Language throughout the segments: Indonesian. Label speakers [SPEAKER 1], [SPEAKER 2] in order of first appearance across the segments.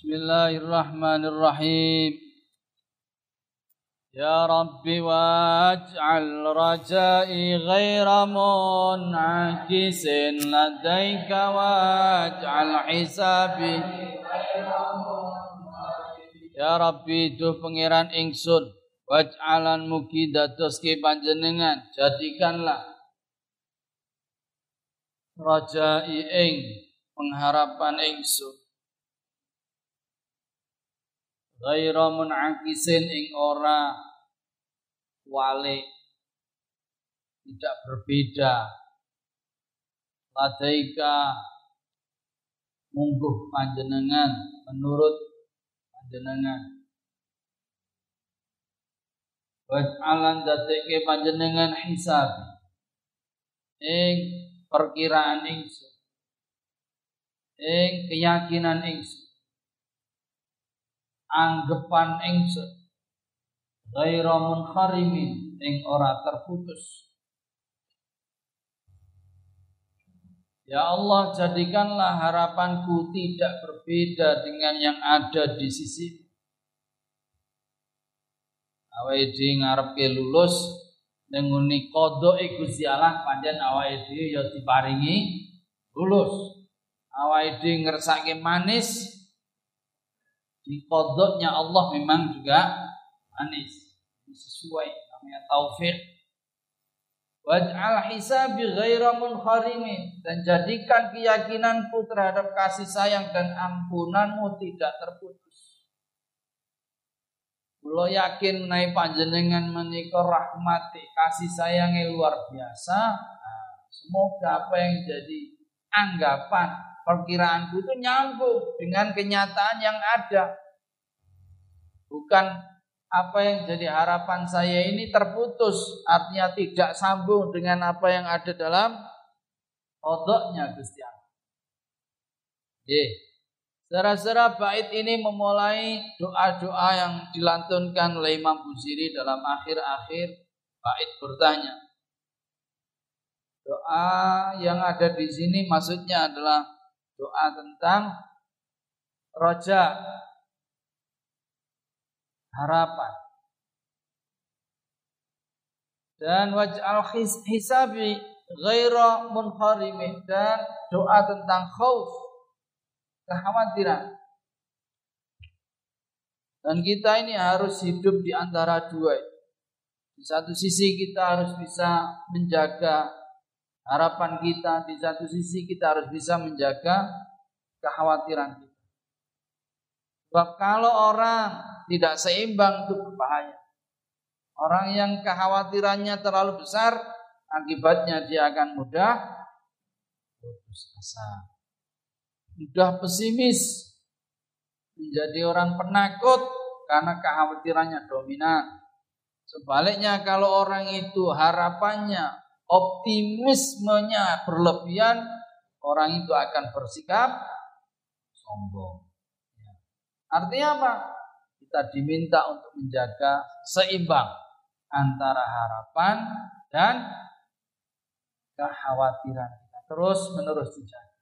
[SPEAKER 1] Bismillahirrahmanirrahim. Ya Rabbi waj'al rajai ghaira mun'akisin ladaika waj'al hisabi. Ya Rabbi duh pangeran ingsun, waj'alan mugi dadoske panjenengan, jadikanlah rajai ing pengharapan ingsun ghaira mun'akisin ing ora wale, tidak berbeda, ladaika mungguh panjenengan, menurut panjenengan, waj'alan dadeke panjenengan hisab ing perkiraan ingsun, ing keyakinan ingsun, anggepan ingsun ghaira munkharimin ing ora terputus. Ya Allah, jadikanlah harapanku tidak berbeda dengan yang ada di sisi. Awake dhewe ngarepke lulus ning ngene qadha Gusti Allah, pancen awake dhewe ya diparingi lulus. Awake dhewe ngersake manis, di qadha-nya Allah memang juga manis, sesuai namanya taufik. Waj'al hisabi ghaira munkharimin, dan jadikan keyakinanku terhadap kasih sayang dan ampunanmu tidak terputus. Kula yakin menawi panjenengan menika rahmati kasih sayangnya luar biasa. Semoga apa yang jadi anggapan perkiraanku itu nyambung dengan kenyataan yang ada. Bukan apa yang jadi harapan saya ini terputus, artinya tidak sambung dengan apa yang ada dalam qadha-nya Gusti Allah. Saudara-saudara, bait ini memulai doa-doa yang dilantunkan oleh Imam Busiri dalam akhir-akhir bait bertanya. Doa yang ada di sini maksudnya adalah doa tentang roja, harapan. Dan waj'al hisabi ghaira munkharimin, dan doa tentang khauf, kekhawatiran. Dan kita ini harus hidup di antara dua. Di satu sisi kita harus bisa menjaga harapan kita, di satu sisi kita harus bisa menjaga kekhawatiran kita. Sebab kalau orang tidak seimbang itu berbahaya. Orang yang kekhawatirannya terlalu besar, akibatnya dia akan mudah putus asa, mudah pesimis, menjadi orang penakut karena kekhawatirannya dominan. Sebaliknya kalau orang itu harapannya, optimismenya berlebihan, orang itu akan bersikap sombong. Artinya apa? Kita diminta untuk menjaga seimbang antara harapan dan kekhawatiran kita, terus menerus dijaga.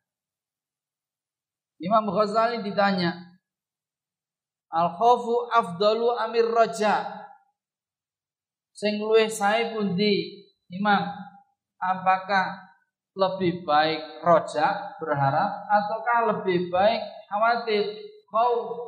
[SPEAKER 1] Imam Ghazali ditanya, al-khaufu afdalu amir raja, sing luwih sae pundi Imam? Apakah lebih baik roja, berharap, ataukah lebih baik khawatir, khauf?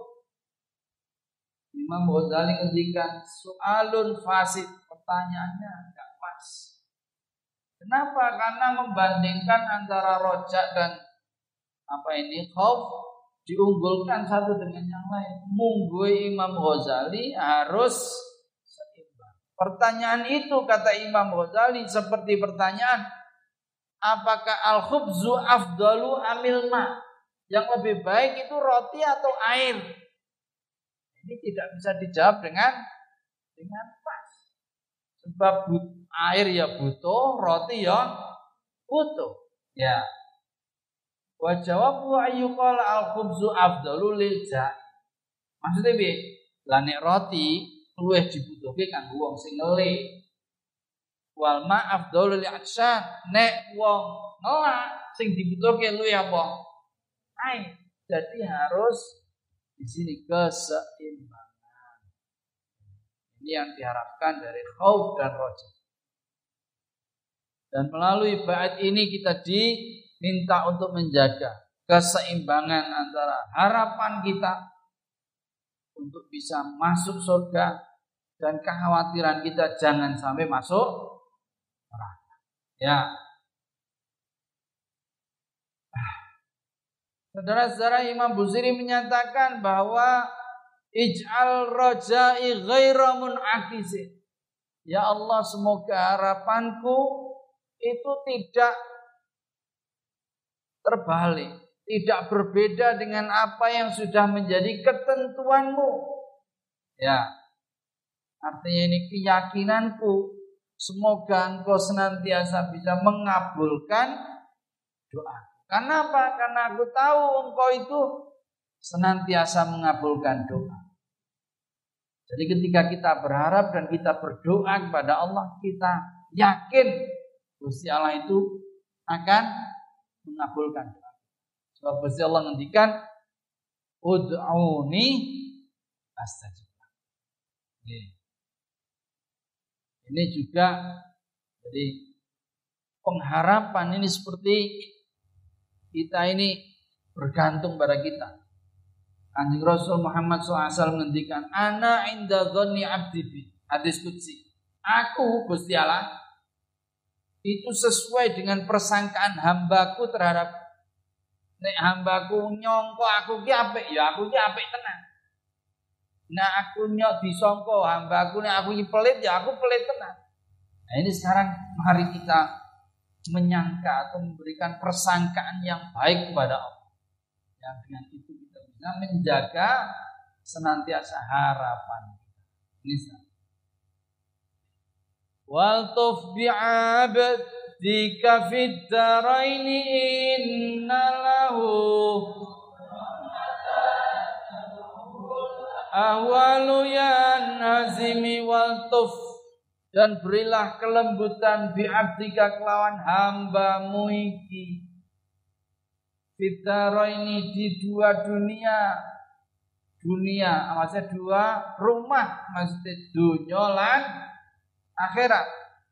[SPEAKER 1] Imam Ghazali ngendikan soalun fasid, pertanyaannya enggak pas. Kenapa? Karena membandingkan antara roja dan khauf, diunggulkan satu dengan yang lain. Munggu Imam Ghazali harus seimbang. Pertanyaan itu kata Imam Ghazali seperti pertanyaan, apakah al-khubzu afdalu amil ma? Yang lebih baik itu roti atau air? Ini tidak bisa dijawab dengan pas. Sebab air ya butuh, roti ya butuh. Ya. Wa jawabu ayyuqal al-khubzu afdalu lil ja'i. Maksudnya piye? Lah nek roti luwih dibutuhke kanggo wong sing ngelih. Wal ma afdalu lil atsyan. Nek wong ngelak sing dibutuhke luwih apa? Air. Jadi harus Di sini keseimbangan. Ini yang diharapkan dari khauf dan roja. Dan melalui bait ini kita diminta untuk menjaga keseimbangan antara harapan kita untuk bisa masuk surga dan kekhawatiran kita jangan sampai masuk neraka. Ya. Saudara-saudara, Imam Busiri menyatakan bahwa ij'al rajai ghaira mun'akisin. Ya Allah, semoga harapanku itu tidak terbalik, tidak berbeda dengan apa yang sudah menjadi ketentuanmu. Ya, artinya ini keyakinanku, semoga engkau senantiasa bisa mengabulkan doa. Karena apa? Karena aku tahu engkau itu senantiasa mengabulkan doa. Jadi ketika kita berharap dan kita berdoa kepada Allah, kita yakin Gusti Allah itu akan mengabulkan doa. Sebab Gusti Allah ngendikan, ud'uni astajib. Ini juga jadi pengharapan ini seperti kita ini bergantung pada kita. Kanjeng Rasul Muhammad SAW menghentikan, ana inda dhanni abdi bi. Hadis qudsi. Aku Gusti Allah itu sesuai dengan persangkaan hambaku terhadap. Nek hambaku nyongko aku ki apik, ya aku ki apik tenan. Nek aku nyok disangka hambaku nek aku ki pelit, ya aku pelit tenan. Nah ini sekarang mari kita menyangka atau memberikan persangkaan yang baik kepada Allah. Yang dengan itu kita bisa menjaga senantiasa harapan. Ini wal tuf bi'abdika fid daraini inna lahu ahwalu yan nazimi wal tuf. Dan berilah kelembutan bi'abdika kelawan hambamu iki. Fitaro ini di dua dunia. Dunia, maksudnya dua rumah. Maksudnya dunia lan akhirat.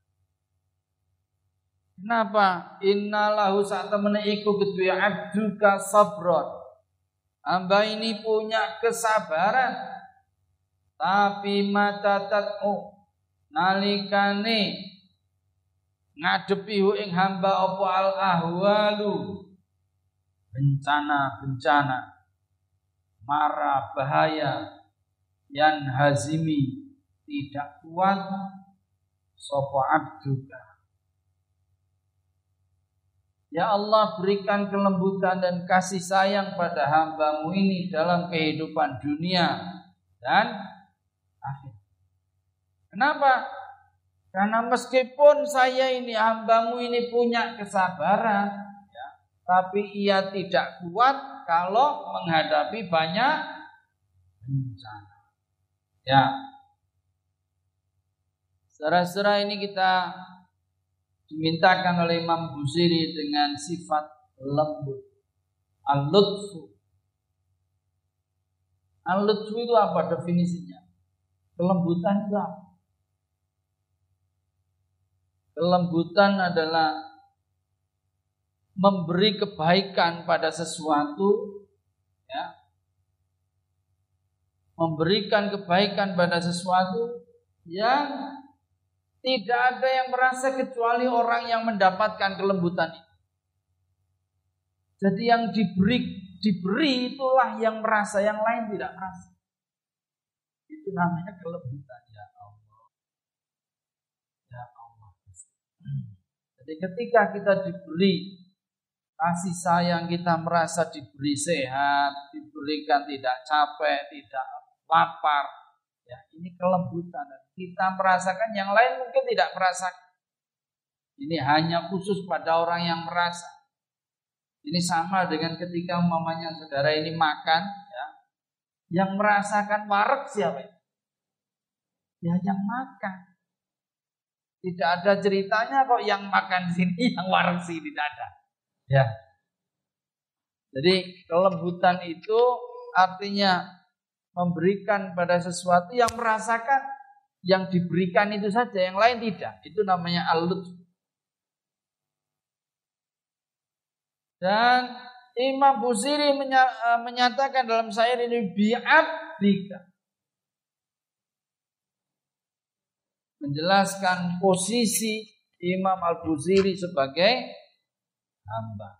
[SPEAKER 1] Kenapa? Innalahu sa'tamana iku kedua abduka sabron. Hamba ini punya kesabaran. Tapi mata tat'u nalikane ngadepi ing hamba apa al ahwalu, bencana-bencana, mara bahaya, yan hazimi, tidak kuat sapa abduka. Ya Allah, berikan kelembutan dan kasih sayang pada hambamu ini dalam kehidupan dunia dan akhir. Kenapa? Karena meskipun saya ini hambamu ini punya kesabaran, ya, tapi ia tidak kuat kalau menghadapi banyak bencana. Ya, saudara-saudara, ini kita dimintakan oleh Imam Busiri dengan sifat lembut, al-lutfu. Al-lutfu itu apa definisinya? Kelembutan itu apa? Kelembutan adalah memberi kebaikan pada sesuatu, ya. Memberikan kebaikan pada sesuatu yang tidak ada yang merasa kecuali orang yang mendapatkan kelembutan itu. Jadi yang diberi itulah yang merasa, yang lain tidak merasa. Itu namanya kelembutan. Jadi ketika kita diberi kasih sayang, kita merasa diberi sehat, diberikan tidak capek, tidak lapar, ya ini kelembutan. Kita merasakan, yang lain mungkin tidak merasakan. Ini hanya khusus pada orang yang merasa. Ini sama dengan ketika umpamanya saudara ini makan, ya, yang merasakan wareg siapa? Ya yang makan. Tidak ada ceritanya kok yang makan di sini, yang wareg sini, tidak ada. Ya. Jadi kelembutan itu artinya memberikan pada sesuatu yang merasakan yang diberikan itu saja, yang lain tidak. Itu namanya al-lutf. Dan Imam Busiri menyatakan dalam syair ini bi'abdika, menjelaskan posisi Imam Al-Busiri sebagai hamba.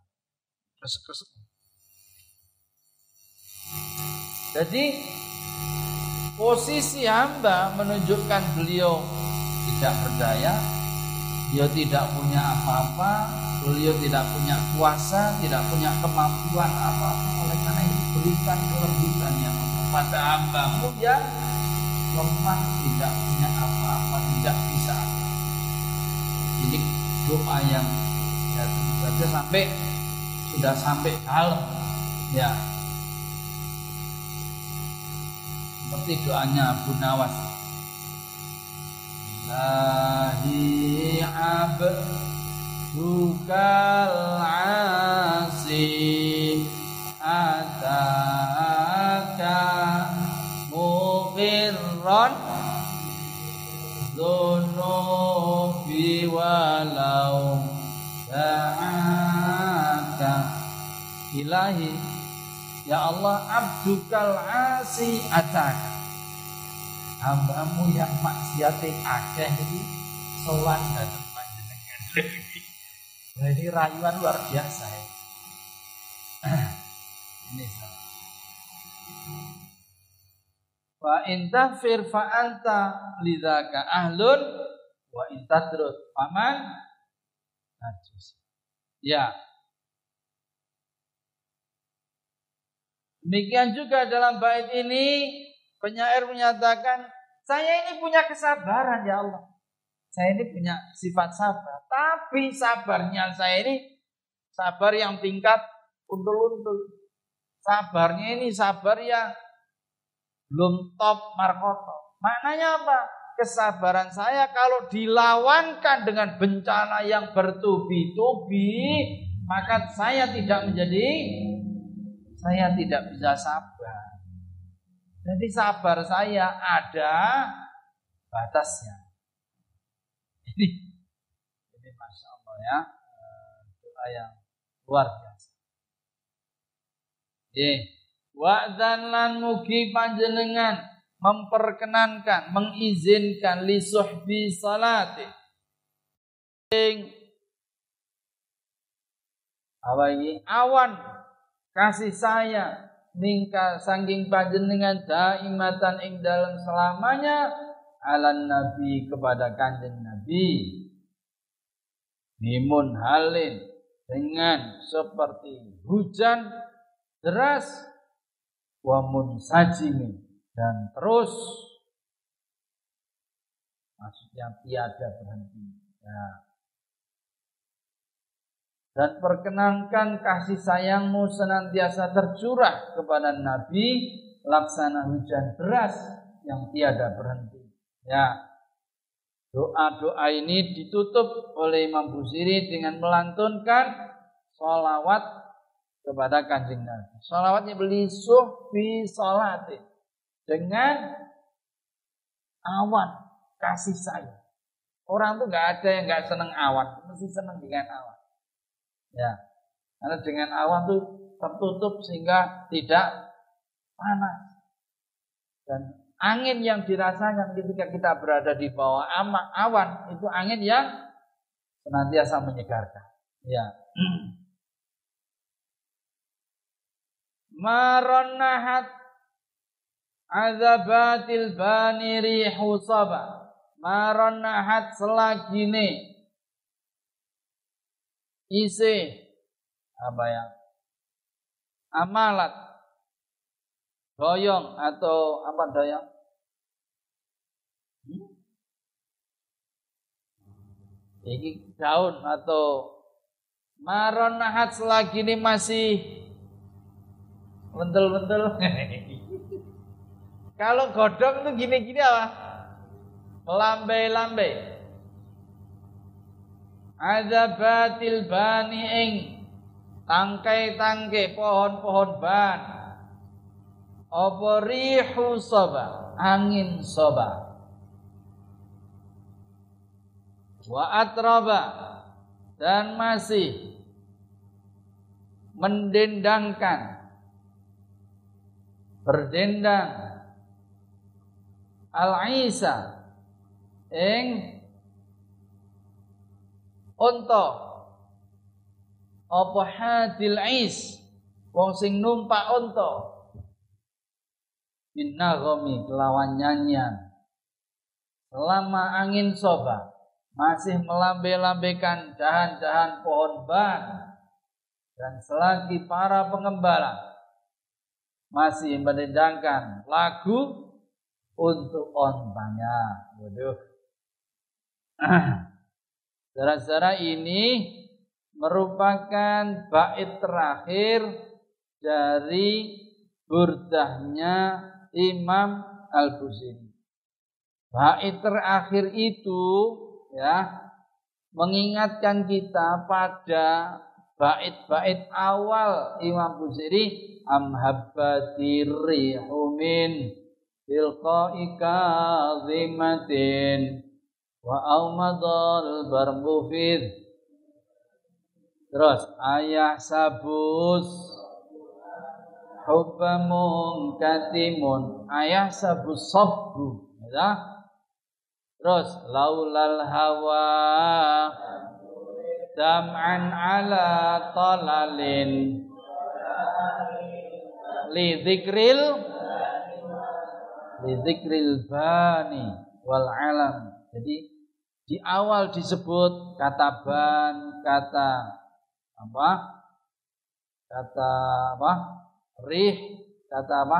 [SPEAKER 1] Jadi posisi hamba menunjukkan beliau tidak berdaya, beliau tidak punya apa-apa, beliau tidak punya kuasa, tidak punya kemampuan apa-apa. Oleh karena itu berikan kelembutannya kepada hambamu yang lemah, tidak punya apa-apa, tidak bisa. Ini doa yang ya tentu saja sudah sampai dalam ya, seperti doanya Abu Nawas, Lahi abdukal asi ataka muqirran dunubi walau da'aka. Ilahi, ya Allah, abdukal asi ataka, hambamu yang maksiate akeh iki sowan dhateng panjenengan. Ini rayuan luar biasa ya. Ini wa intafir fa anta lidzaka ahlun wa intadrut faman najus. Ya. Demikian juga dalam bait ini penyair menyatakan, saya ini punya kesabaran ya Allah. Saya ini punya sifat sabar, tapi sabarnya saya ini sabar yang tingkat untul-untul. Sabarnya ini sabar yang belum top markoto. Maknanya apa? Kesabaran saya kalau dilawankan dengan bencana yang bertubi-tubi, maka saya tidak bisa sabar. Jadi sabar saya ada batasnya. Ini Masya Allah ya, doa yang luar biasa. Wa'dzan lan mugi panjenengan memperkenankan, mengizinkan li suhbi salati. Apa ini? Awan kasih saya ningka saking panjenengan daimatan ing dalam selamanya alan nabi kepada kanjeng Nabi. Mimun halin dengan seperti hujan deras, wa munsajimin dan terus, maksudnya tiada berhenti ya. Dan perkenankan kasih sayangmu senantiasa tercurah kepada Nabi laksana hujan deras yang tiada berhenti ya. Doa-doa ini ditutup oleh Imam Busiri dengan melantunkan sholawat kepada kanjeng Nabi. Sholawatnya beli suhbi sholati, dengan awan kasih sayang. Orang tuh nggak ada yang nggak seneng awan, mesti seneng dengan awan. Ya, karena dengan awan tuh tertutup sehingga tidak panas. Dan angin yang dirasakan ketika kita berada di bawah awan itu angin yang senantiasa menyegarkan. Ya. Maronahat azabatil bani rihu saba. Maronahat selagine isi apa ya, amalat doyong atau apa doyong? Ini daun atau maronahat selagine masih lentul-lentul. Kalau godong itu gini-gini apa? Melambai-lambai. Azabatil bani ing tangkai-tangkai pohon-pohon ban. apa rihu soba, angin soba. Wa atraba, dan masih mendendangkan, berdendang al-isa ing unta apa hadil is wong sing numpak unta binnaghami kelawan nyanyian. Selama angin soba masih melambai-lambaikan dahan-dahan pohon ban, dan selagi para pengembala masih mendendangkan lagu untuk ontanya. Waduh. Saudara-saudara, ini merupakan bait terakhir dari burdahnya Imam Al-Busiri. Bait terakhir itu ya mengingatkan kita pada bait-bait awal Imam Busiri, amhabbatir rihu min tilqa'i kadhimatin wa aumadal barbu fid. Terus ayah sabus hubba munkatimun, ayah sabus sabbu ya. Terus laulal hawa dam'an ala talalin li dzikril bani wal alam. Jadi di awal disebut kata ban, kata apa? Kata apa? Rih, kata apa?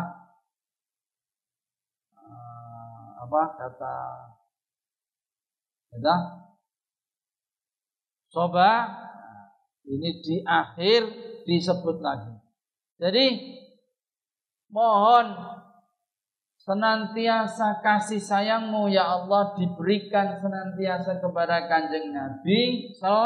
[SPEAKER 1] Kata soba, ini di akhir disebut lagi. Jadi mohon senantiasa kasih sayangmu ya Allah diberikan senantiasa kepada Kanjeng Nabi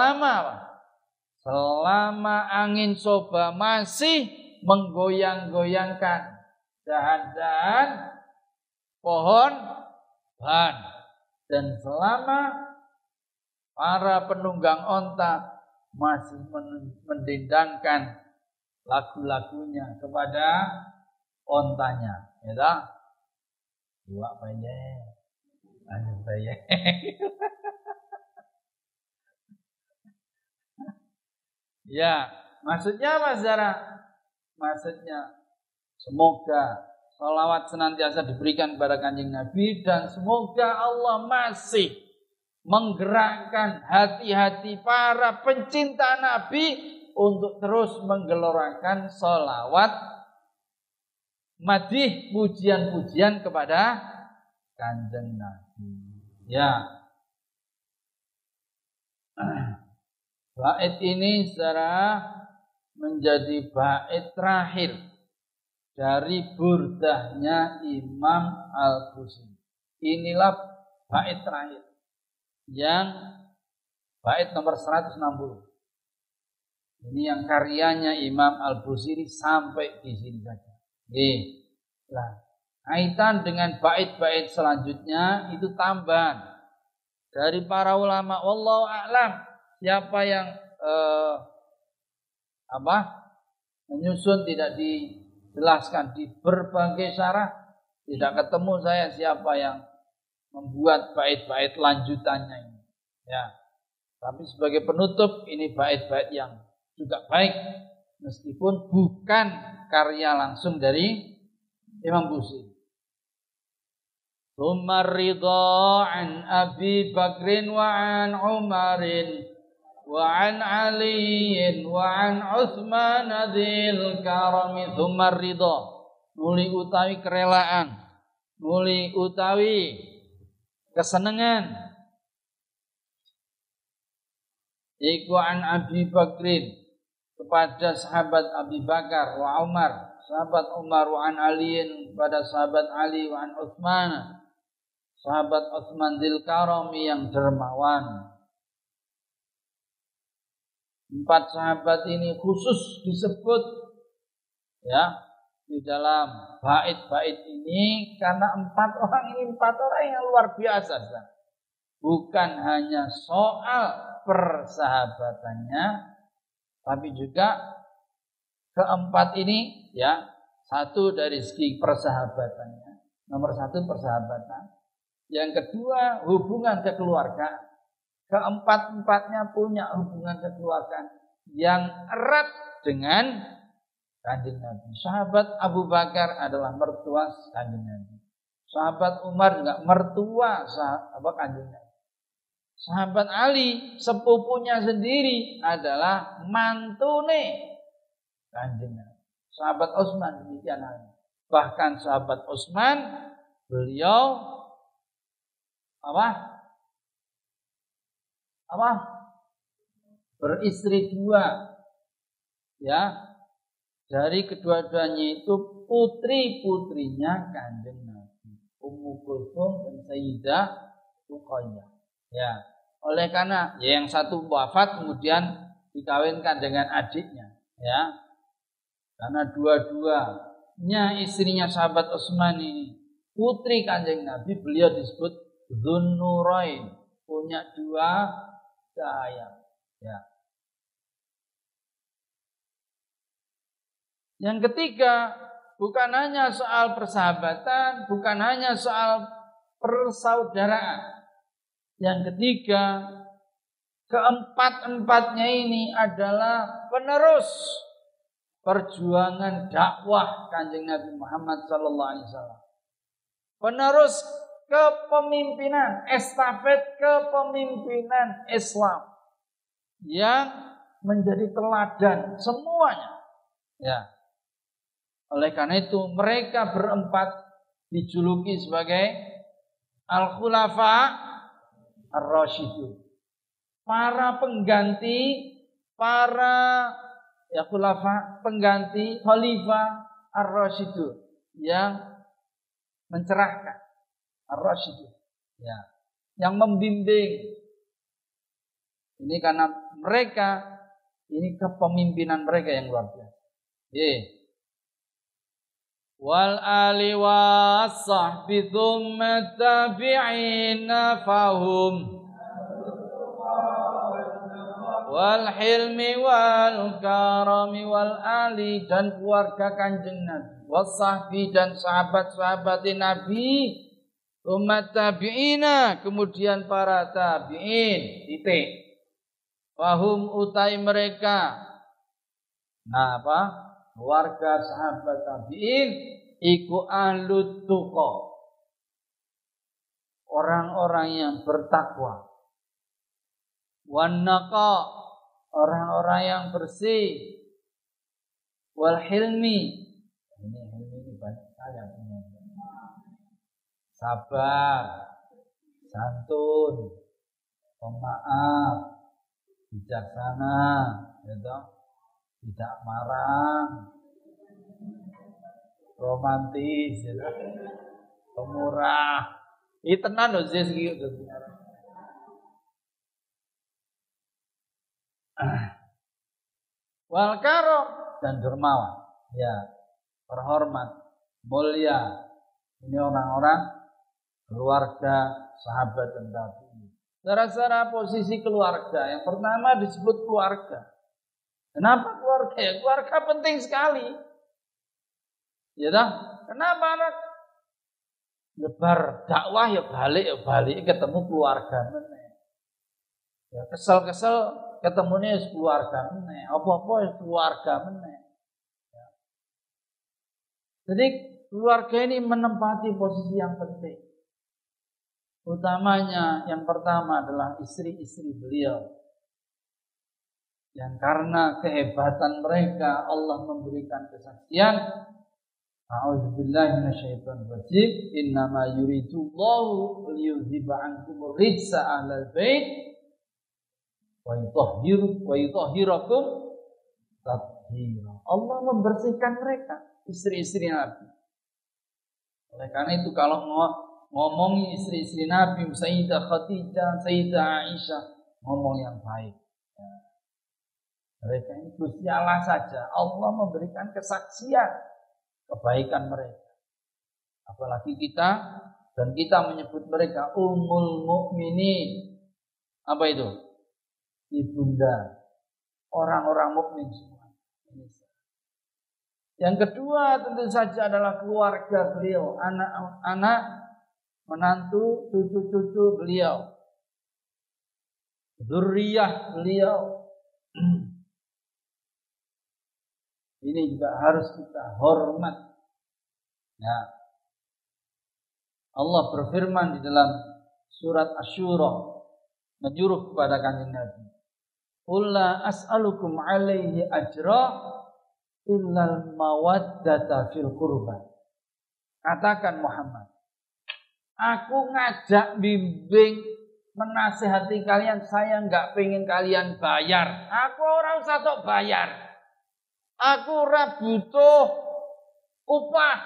[SPEAKER 1] selama angin soba masih menggoyang-goyangkan dahan-dahan pohon ban, dan selama para penunggang onta masih mendendangkan lagu-lagunya kepada ontanya, ya. Dua baye, anu baye. Ya, maksudnya apa, saudara? Maksudnya semoga sholawat senantiasa diberikan kepada Kanjeng Nabi, dan semoga Allah masih menggerakkan hati-hati para pencinta Nabi untuk terus menggelorakan sholawat madih, pujian-pujian kepada Kanjeng Nabi. Ya. Bait ini saudara menjadi bait terakhir dari burdahnya Imam Al-Busiri. Inilah bait terakhir, yang bait nomor 160. Ini yang karyanya Imam Al-Busiri sampai di sini saja. Nah, kaitan dengan bait-bait selanjutnya itu tambahan dari para ulama. Wallahu a'lam, siapa yang menyusun tidak dijelaskan di berbagai syarah, tidak ketemu saya siapa yang membuat bait-bait lanjutannya ini. Ya. Tapi sebagai penutup, ini bait-bait yang juga baik meskipun bukan karya langsung dari Imam Busiri. Tsumma ridha an Abi Bakrin wa an Umarin wa an Aliin wa an Utsman dzil karami. Tsumma ridha, nuli utawi kerelaan, nuli utawi kesenengan, iku an Abi Bakrin, kepada sahabat Abi Bakar, wa Umar, sahabat Umar, wa an Aliin, pada sahabat Ali, wa an Utsman, sahabat Utsman dzil karami, yang dermawan. 4 sahabat ini khusus disebut ya di dalam bait-bait ini karena empat orang yang luar biasa. Bukan hanya soal persahabatannya, tapi juga keempat ini ya, satu dari segi persahabatannya. Nomor satu persahabatan. Yang kedua hubungan kekeluargaan. Keempat-empatnya punya hubungan kekeluargaan yang erat dengan Kanjeng Nabi. Sahabat Abu Bakar adalah mertua Kanjeng Nabi. Sahabat Umar juga mertua Kanjeng Nabi. Sahabat Ali sepupunya sendiri adalah mantune Kanjeng Nabi. Sahabat Utsman demikian halnya. Bahkan sahabat Utsman beliau beristri dua, ya, dari kedua-duanya itu putri-putrinya Kanjeng Nabi, Ummu Kulthum dan Sayyidah Ruqayyah. Ya, oleh karena ya yang satu wafat kemudian dikawinkan dengan adiknya, ya, karena dua-duanya istrinya sahabat Utsman ini putri Kanjeng Nabi, beliau disebut Dzunnurain, punya dua cahaya. Ya. Yang ketiga, bukan hanya soal persahabatan, bukan hanya soal persaudaraan. Yang ketiga, keempat-empatnya ini adalah penerus perjuangan dakwah Kanjeng Nabi Muhammad SAW. Penerus kepemimpinan, estafet kepemimpinan Islam yang menjadi teladan semuanya. Ya. Oleh karena itu mereka berempat dijuluki sebagai Al-Khulafa Ar-Rasyidun. Para pengganti, para khulafa, pengganti Khalifah Ar-Rasyidun yang mencerahkan, Ar-Rasyidun, ya, yang membimbing. Ini karena mereka, ini kepemimpinan mereka yang luar biasa. Wal ali was-sahbi tsumma tabi'ina fahum wal hilmi wal karami wal ali, dan keluarga Kanjeng Nabi, was-sahbi dan sahabat-sahabat Nabi, umat tabi'ina, kemudian para tabi'in, titik. Wahum utai mereka. Nah, keluarga sahabat tabi'in iku ahlut tuqa, orang-orang yang bertakwa. Wan naqa, orang-orang yang bersih. Wal hilmi, ini banyak sekali artinya. Sabar, santun, pemaaf, bijaksana, gitu. Tidak marah, romantis, gitu. Pemurah. Ini tenan loh sih gitu. Wal karam, dan dermawan, ya, terhormat, mulia. Ini orang-orang keluarga sahabat dan tabi'in. Secara posisi keluarga, yang pertama disebut keluarga. Kenapa keluarga? Ya, keluarga penting sekali. Ya dah. Kenapa anak nyebar dakwah ya balik ketemu keluarga meneh. Ya kesel ketemunya keluarga meneh. Apa-apa keluarga meneh. Ya. Jadi keluarga ini menempati posisi yang penting. Utamanya yang pertama adalah istri-istri beliau. Yang karena kehebatan mereka Allah memberikan kesaksian. A'udzubillahi minasyaitonir rajim. Innama yuridullahu liyudhiba 'ankumur rijsa ahlal bait wa yutahhirakum tathhira. Allah membersihkan mereka, istri-istri Nabi. Oleh karena itu kalau ngomongi istri-istri Nabi, Sayyidah Khadijah, Sayyidah Aisyah, ngomong yang baik. Mereka ini Gusti Allah saja, Allah memberikan kesaksian kebaikan mereka. Apalagi kita dan kita menyebut mereka ummul mukminin. Apa itu? Ibunda orang-orang mukmin semua. Yang kedua tentu saja adalah keluarga beliau, anak-anak, menantu, cucu-cucu beliau, dzurriyyah beliau. Ini juga harus kita hormat. Ya. Allah berfirman di dalam surat Asy-Syura menyuruh kepada Kanjeng Nabi, "Qul la as'alukum 'alaihi ajra illal mawaddata fil qurba." Katakan Muhammad, aku ngajak bimbing menasihati kalian, saya enggak pengen kalian bayar. Aku ora usah tok bayar. Aku ora butuh upah.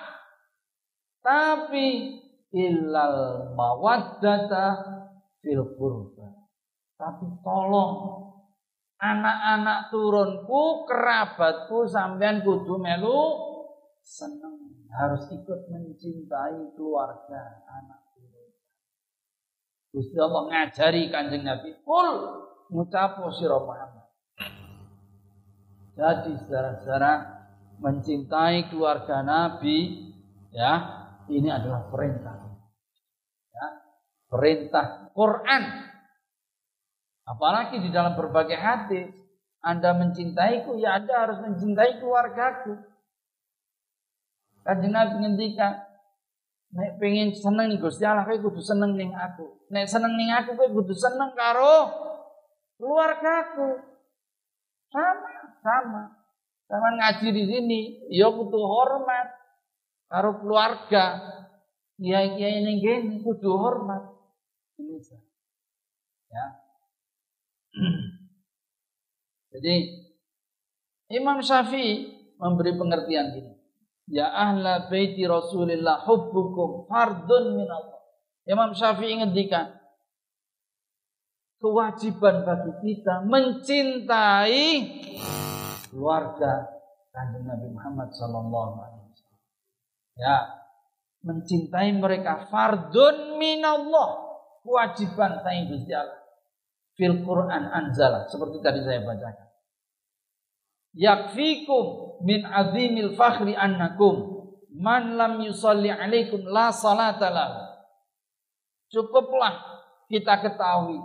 [SPEAKER 1] Tapi illal mawaddata fil qurba. Tapi tolong anak-anak turunku, kerabatku, sampean kudu melu seneng, harus ikut mencintai keluarga anak turun. Gusti Allah ngajari Kanjeng Nabi, "Qul ngucapo sira Muhammad." Jadi saudara-saudara, mencintai keluarga Nabi, ya, ini adalah perintah. Ya, perintah Quran. Apalagi di dalam berbagai hadis, Anda mencintaiku, ya Anda harus mencintai keluargaku. Kanjeng Nabi ngendikan, nek pengen seneng nih Gusti Allah, kowe kudu seneng ning aku. Nek seneng ning aku, kowe kudu seneng karo keluargaku. Sama. Sama ngaji di sini, ya kudu hormat karo keluarga. Kiai-kiai ning kene kudu hormat. Ini ya. Jadi Imam Syafi'i memberi pengertian gini, ya ahla baiti Rasulillah hubbukum fardun min Allah. Imam Syafi'i ngendikan, kewajiban bagi kita mencintai keluarga Kanjeng Nabi Muhammad sallallahu alaihi wasallam. Ya, mencintai mereka fardun min Allah, kewajiban saing Gusti Allah. Fil Quran anzala, seperti tadi saya bacakan. Yakfikum min azimil fakhri annakum man lam yusalli alaikum la salata lahu. Cukuplah kita ketahui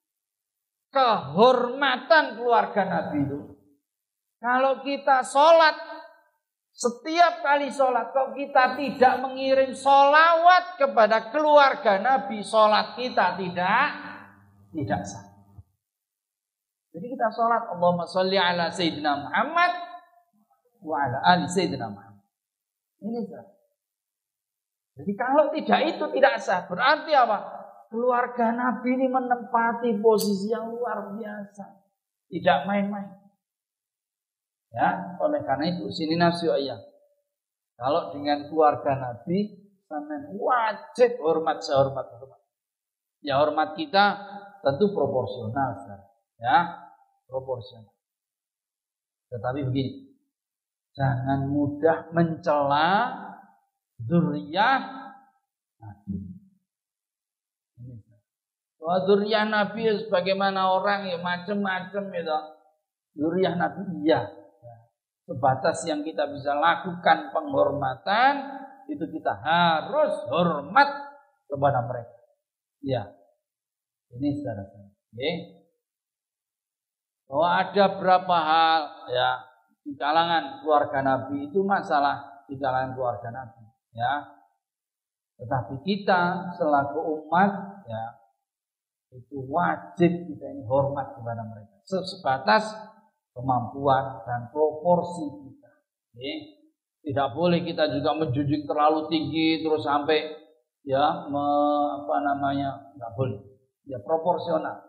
[SPEAKER 1] kehormatan keluarga Nabi itu. Kalau kita sholat, setiap kali sholat, kalau kita tidak mengirim sholawat kepada keluarga Nabi, sholat kita tidak sah. Jadi kita sholat, Allahumma sholli ala Sayyidina Muhammad wa ala ali Sayyidina Muhammad. Ini sah. Jadi kalau tidak itu tidak sah. Berarti apa? Keluarga Nabi ini menempati posisi yang luar biasa. Tidak main-main. Ya, oleh karena itu sini nafsu ayah. Kalau dengan keluarga Nabi, sampean wajib hormat sehormat. Ya hormat kita tentu proporsional, ya. Proporsional. Tetapi begini, jangan mudah mencela dzurriyyah Nabi. Wah, dzurriyyah Nabi sebagaimana orang ya macam-macam gitu. Dzurriyyah Nabi iya. Sebatas yang kita bisa lakukan penghormatan itu kita harus hormat kepada mereka. Ya, ini saudara-saudara. Okay. Bahwa ada berapa hal ya di kalangan keluarga Nabi itu masalah di kalangan keluarga Nabi ya. Tetapi kita selaku umat ya itu wajib kita ini hormat kepada mereka sebatas kemampuan dan proporsi kita. Tidak boleh kita juga menjunjung terlalu tinggi terus sampai ya nggak boleh. Ya proporsional.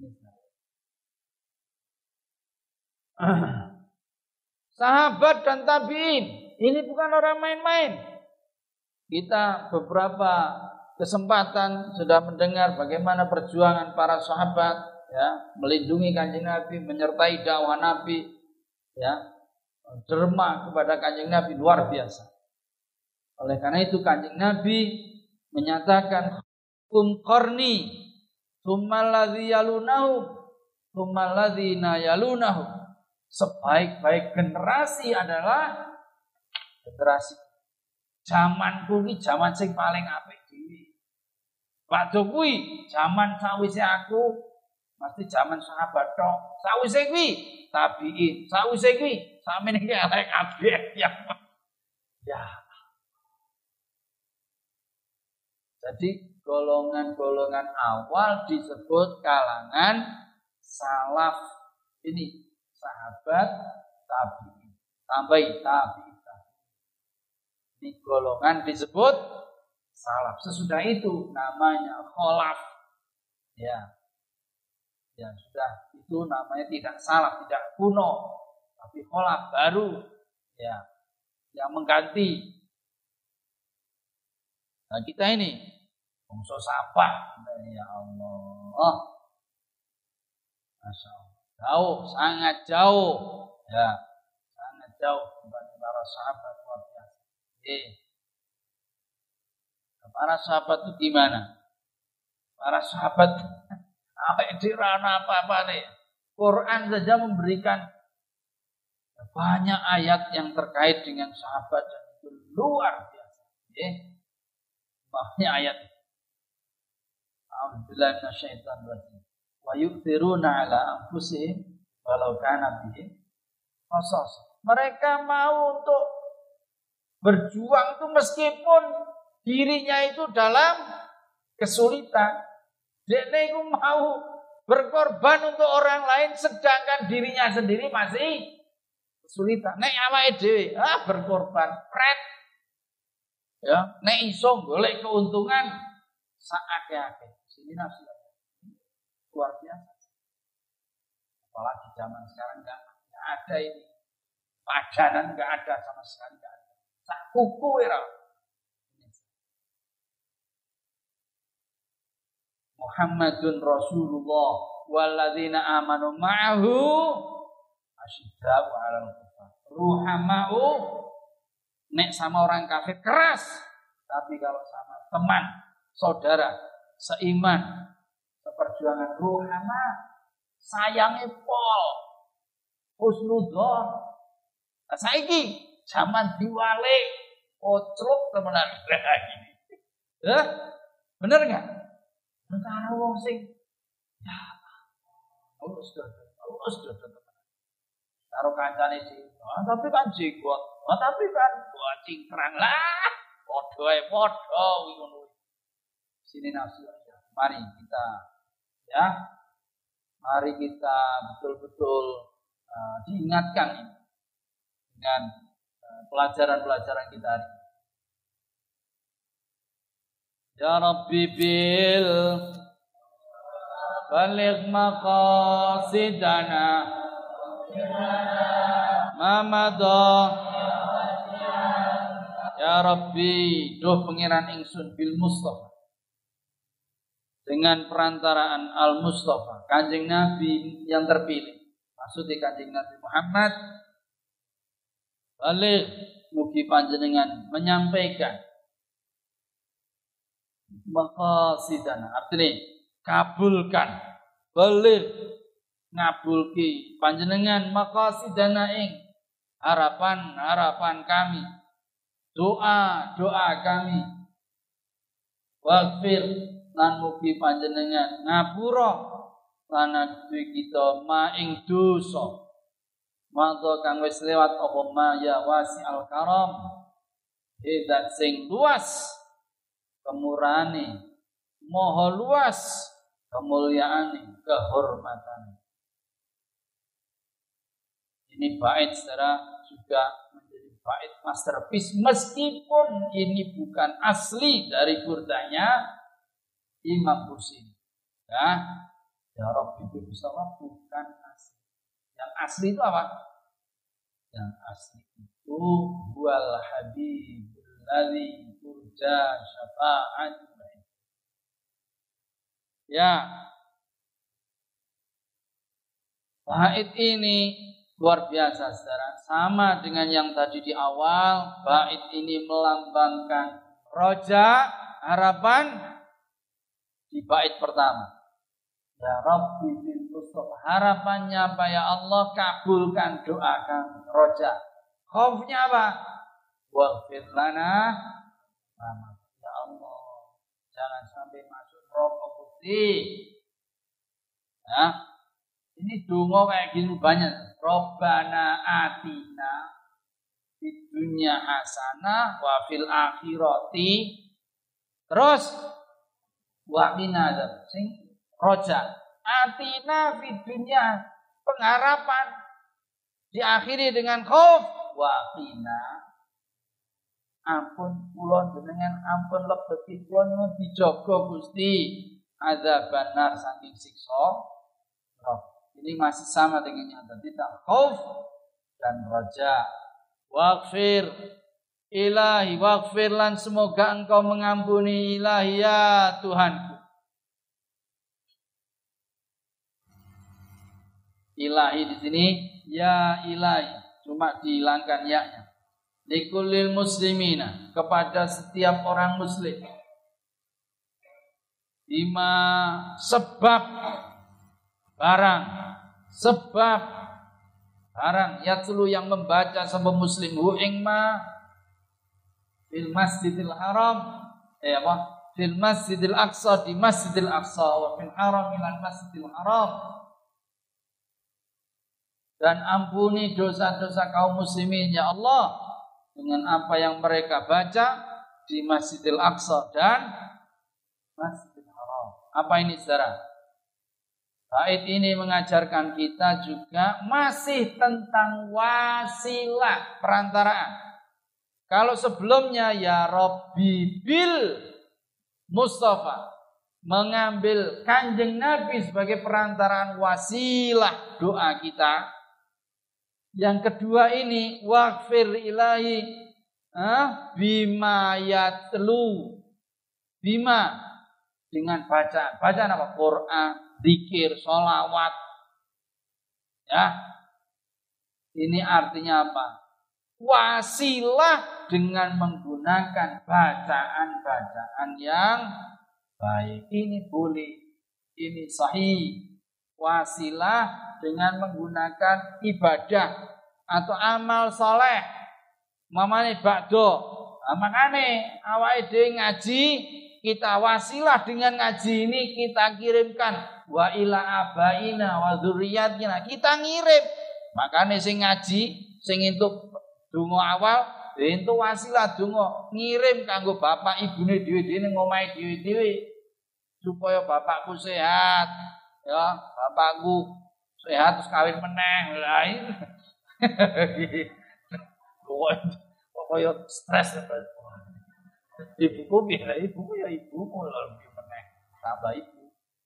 [SPEAKER 1] Sahabat dan tabi'in ini bukan orang main-main. Kita beberapa kesempatan sudah mendengar bagaimana perjuangan para sahabat ya, melindungi Kanjeng Nabi, menyertai dakwah Nabi ya, derma kepada Kanjeng Nabi luar biasa. Oleh karena itu Kanjeng Nabi menyatakan kum qarni tsummal ladzi yalunahu tsummal ladzina yalunahu. Sebaik-baik generasi adalah generasi zamanku iki zaman sing paling apik dhewe. Padha kuwi zaman sawise aku mesti zaman sahabat tok. Sawise kuwi tabi'in, sawise kuwi sampeyan iki elek kabeh ya. Ya. Jadi golongan-golongan awal disebut kalangan salaf. Ini sahabat tabi'in. Sampai tabi'in. Ini golongan disebut salaf. Sesudah itu namanya kholaf. Ya. Ya sudah, itu namanya tidak salaf, tidak kuno, tapi kholaf baru. Ya. Yang mengganti. Nah, kita ini bangsa sampah. Ya Allah. Masya Allah. Jauh, sangat jauh. Ya. Sangat jauh dibanding para sahabat luar biasa. Para sahabat itu gimana? Para sahabat apa nih? Quran saja memberikan banyak ayat yang terkait dengan sahabat dan itu luar biasa. Banyak ayat. Alhamdulillah minasyaitonir rajim. Wa yu'thiruna ala anfusihim walau kana bihim khasas. Mereka mau untuk berjuang itu meskipun dirinya itu dalam kesulitan. Dia itu mau berkorban untuk orang lain sedangkan dirinya sendiri masih kesulitan. Nek awake dhewe berkorban pret. Ya, nek iso golek keuntungan sakake-ake. Sini nafsu. Luar biasa. Apalagi zaman sekarang enggak ada ini. Padanan enggak ada sama sekali enggak ada. Sak kuku ora. Muhammadun Rasulullah walladzina amanu ma'ahu asyidda'u 'alal kufar. Ruhama'u, nek sama orang kafir keras, tapi kalau sama teman, saudara, seiman, seperjuangan ruhama, sayange pol, husnudzon. Saiki zaman diwalik, ocruk temenan lagi. Bener enggak? Karena wong sing ya urus teman. Karo kancane sih. Tapi kan jenggot. Tapi kan buat cingkrang lah. Padha kuwi ngono. Sini nafsu aja. Mari kita betul-betul diingatkan ini dengan pelajaran-pelajaran kita hari. Ya Rabbi bil baligh maqasidana mamada. Ya Rabbi, duh pangeran ingsun bil Mustafa, dengan perantaraan Al Mustafa, Kanjeng Nabi yang terpilih. Maksudnya Kanjeng Nabi Muhammad. Baligh, mugi panjenengan menyampaikan maqasidana, artinya kabulkan, baligh ngabulki panjenengan maqasidana ing harapan kami, doa kami, waghfir lan mugi panjenengan ngapura lan duwe kita ma ing dosa mangko kang wis lewat apa ma ya wasi'al karam, zat sing luas kemurahane, maha luas kemuliaane, kehormatane. Ini bait secara juga menjadi bait masterpiece meskipun ini bukan asli dari burdanya Imam Busiri. Ya Rabbi Bismillah bukan asli. Yang asli itu apa? Yang asli itu wal habibul ladzi turja syafa'at. Ya, bait ini Luar biasa saudara. Sama dengan yang tadi di awal, bait ini melambangkan roja, harapan di bait pertama. Ya Rabbi bil usuf. Harapannya apa ya Allah, kabulkan doa kami. Roja. Khaufnya apa? Waghfir lana. Ya Allah, jangan sampai masuk neraka putih. Ya. Ini donga kayak gini banyak. Robbana atina fid dunya hasanah wa fil akhirati. Terus wa qina adzab. Sing roja. Atina fid dunya, pengharapan. Diakhiri dengan khauf wa qina. Ampun kula jenengan, ampun lebeti kula nyuwun dijaga Gusti adzaban nar saking siksa. Ini masih sama dengan yang tadi, khauf dan raja. Waghfir ilahi, waghfir lan, semoga engkau mengampuni ilahi ya Tuhanku. Ilahi di sini ya ilahi, cuma dihilangkan ya-nya. Likulil muslimina, kepada setiap orang muslim. Bima, sebab barang, sebab barang yatslu yang membaca sebab muslim hu ing ma fil masjidil haram fil masjidil aqsa, di masjidil aqsa, wa fil haram ilal masjidil haram, dan ampuni dosa-dosa kaum muslimin ya Allah dengan apa yang mereka baca di Masjidil Aqsa dan Masjidil Haram. Apa ini saudara? Bait ini mengajarkan kita juga masih tentang wasilah, perantaraan. Kalau sebelumnya ya Rabbi bil Mustafa, mengambil Kanjeng Nabi sebagai perantaraan wasilah doa kita. Yang kedua ini waghfir ilahi bima yatlu, bima dengan bacaan apa? Quran, zikir, sholawat. Ya, ini artinya apa? Wasilah dengan menggunakan bacaan-bacaan yang baik. Ini boleh, ini sahih. Wasilah dengan menggunakan ibadah atau amal soleh. Mamane bakdo. Makane awake dhewe ngaji, kita wasilah dengan ngaji ini kita kirimkan wa ila abaina wa dzurriyyatina. Kita ngirim. Makane sing ngaji, sing entuk donga awal, entuk wasilah donga ngirim kanggo bapak ibune dhewe-dhewe ning omahe dhewe-dhewe supaya bapakku sehat. Ya, bapakku sehat terus kawin meneh. Lah iki. Pokoknya stres terus. Ibuku biar ibuku ya ibuku lebih meneh. Tambah ibu.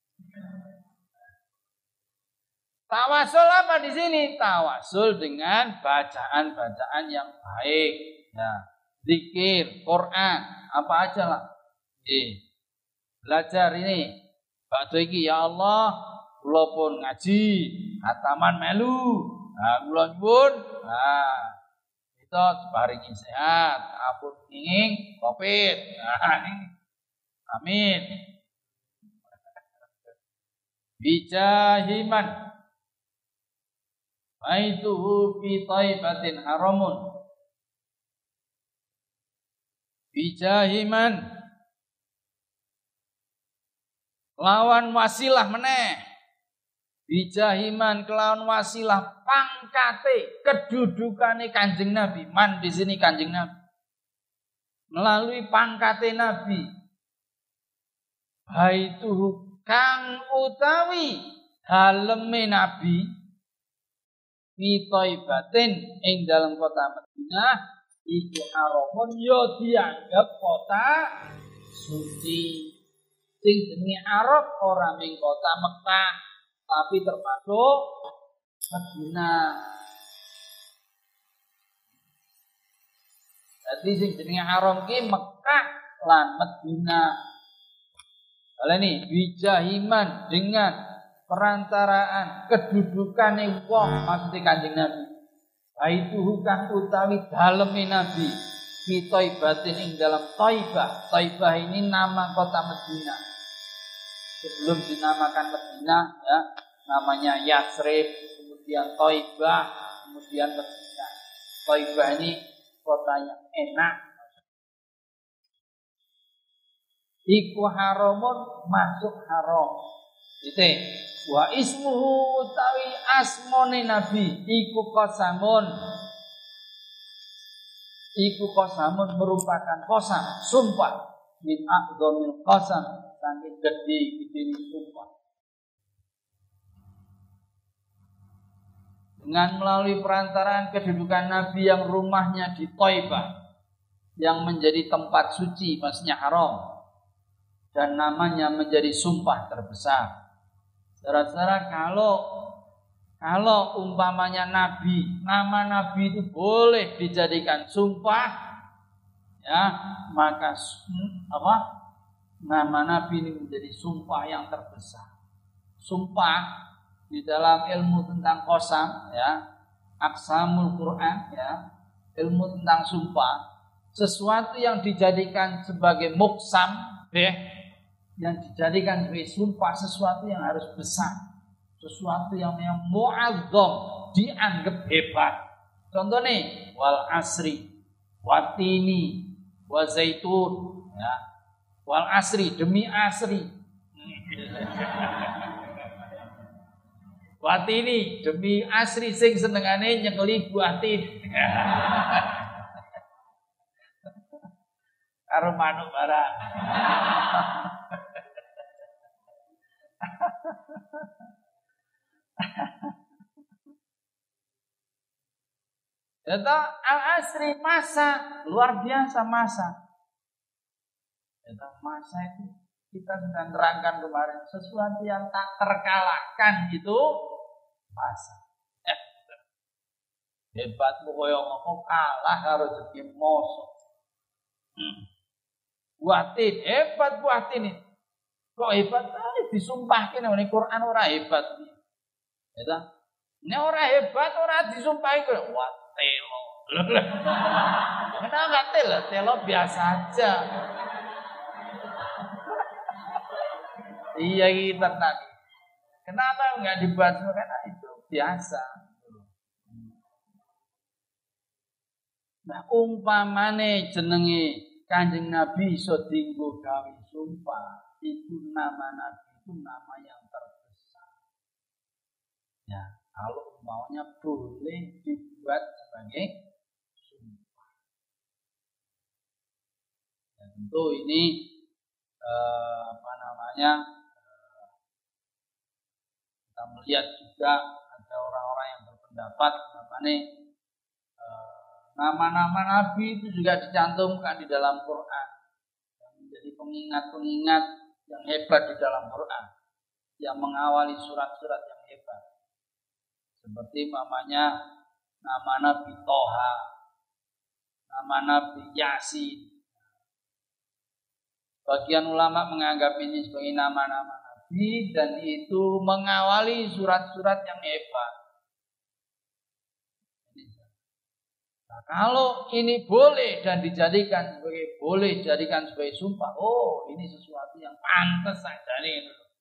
[SPEAKER 1] Tawasul apa di sini? Tawasul dengan bacaan-bacaan yang baik. Ya, zikir, Quran, apa aja lah. Belajar ini. Bakdo iki ya Allah, kula pun ngaji, khataman melu. Nah, kula nyuwun, kita diparingi sehat, ampun kenging, Covid. Nah, ini. Amin. Bijahiman baituhu fi thaibatin haramun. Bijahiman lawan wasilah meneh. Bijahiman kelawan wasilah pangkate kedudukane Kanjeng Nabi. Man di sini Kanjeng Nabi. Melalui pangkate Nabi. Baituhu kang utawi daleme Nabi fi thaibatin ing dalam kota Madinah iku haramun ya dianggap kota suci. Sing jenenge Arab ora ning kota Mekah, tapi termasuk Madinah. Jadi sing jenenge Haram ki Mekah lan Madinah. Kali ini bijahiman dengan perantaraan kedudukane wong maksudnya Kanjeng Nabi. Baituhu kang utawi daleme Nabi fi Thaibatin ing dalam Thaibah. Thaibah ini nama kota Madinah. Sebelum dinamakan Madinah ya, namanya Yatsrib, kemudian Thaibah, kemudian Madinah. Thaibah ini kota yang enak. Iku haramun masuk haram. Itu. Wa ismuhu utawi asmone Nabi iku qasamun. Iku qasamun merupakan qasam, sumpah. Min a'dhamil qasam, saking gede sumpah. Dengan melalui perantaraan kedudukan Nabi yang rumahnya di Thaibah, yang menjadi tempat suci, maksudnya haram, dan namanya menjadi sumpah terbesar. Saudara-saudara, kalau umpamanya Nabi, nama Nabi itu boleh dijadikan sumpah, ya, maka nama Nabi ini menjadi sumpah yang terbesar. Sumpah di dalam ilmu tentang qasam, ya, aqsamul Quran, ya, ilmu tentang sumpah, sesuatu yang dijadikan sebagai muqsam, yang dijadikan sebagai sumpah, sesuatu yang harus besar, sesuatu yang mu'azzam, dianggap hebat. Contohnya wal asri, watini, wa zaitun, ya. Wal asri, demi asri. Watini, demi asri sing senengane nyekeli buah tin. Karo manuk barang. Itu al-asri, masa luar biasa, masa. Itu masa itu kita sudah terangkan kemarin, sesuatu yang tak terkalahkan itu masa. Hebatmu koyo ngopo kalah karo jenenge mosok. Buatin hebat buatin ini. Kok hebat? Disumpahke nang Quran ora hebat. Ya. Nek ora hebat ora disumpahi kok. Wah, telo. Kenapa enggak telo? Telo biasa aja. Iya kita tadi. Kenapa enggak dibahas? Karena itu biasa. Nah, umpamane jenenge Kanjeng Nabi iso dienggo gawe sumpah, itu nama Nabi itu nama yang terbesar. Ya, kalau maunya boleh dibuat sebagai sumpah. Dan tentu ini kita melihat juga ada orang-orang yang berpendapat nama-nama Nabi itu juga dicantumkan di dalam Quran, yang menjadi pengingat-pengingat yang hebat di dalam Quran, yang mengawali surat-surat yang hebat. Seperti namanya nama Nabi Toha, nama Nabi Yasin. Bagian ulama menganggap ini sebagai nama-nama Nabi dan itu mengawali surat-surat yang hebat. Nah, kalau ini boleh dan dijadikan sebagai sumpah, oh ini sesuatu yang pantas saja nih.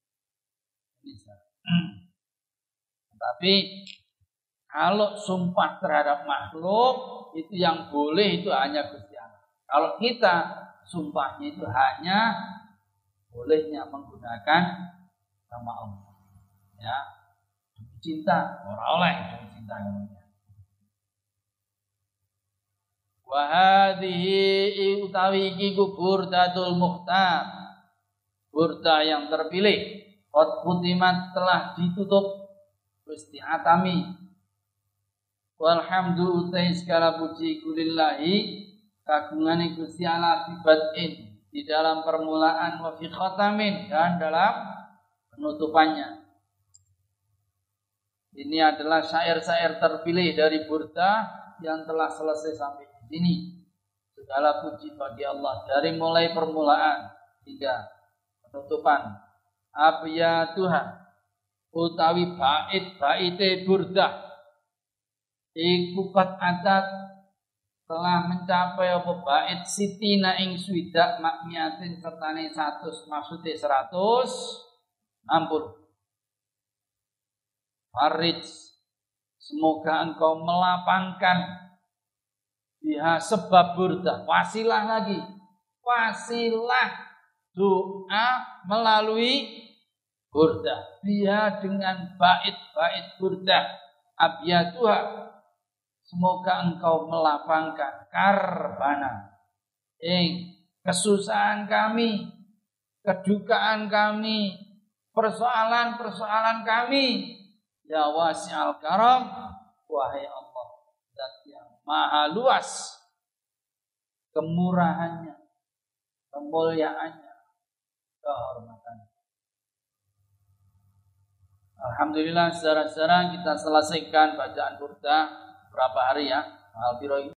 [SPEAKER 1] Tapi kalau sumpah terhadap makhluk itu yang boleh itu hanya Gusti Allah. Kalau kita sumpahnya itu hanya bolehnya menggunakan nama Allah. Ya, demi cinta, ora oleh demi cinta namanya. Wa hadhihi utawi iki burdatul mukhtar. Burda yang terpilih. Qad khutimat telah ditutup Gusti atami. Walhamdu utai segala puji kulillahi kagungane Gusti Allah bibatin di dalam permulaan wa fi khatamin dan dalam penutupannya. Ini adalah syair-syair terpilih dari burda yang telah selesai sampai di sini. Segala puji bagi Allah dari mulai permulaan hingga penutupan. Abiyatuha utawi bait-baite burdah iku qad adat telah mencapai apa bait sitina ing swidak makmiatin sertane 100 maksude 100 ampun Farij, semoga engkau melapangkan biha sebab burdah, wasilah lagi, wasilah doa melalui burdah, biha dengan bait-bait burdah, abyaduha, semoga engkau melapangkan karbana, kesusahan kami, kedukaan kami, persoalan-persoalan kami. Ya wasi'al karam, wahai Allah, zat yang maha luas kemurahannya, kemuliaannya, kehormatannya. Alhamdulillah, saudara-saudara, kita selesaikan bacaan burdah berapa hari ya? Al-Biro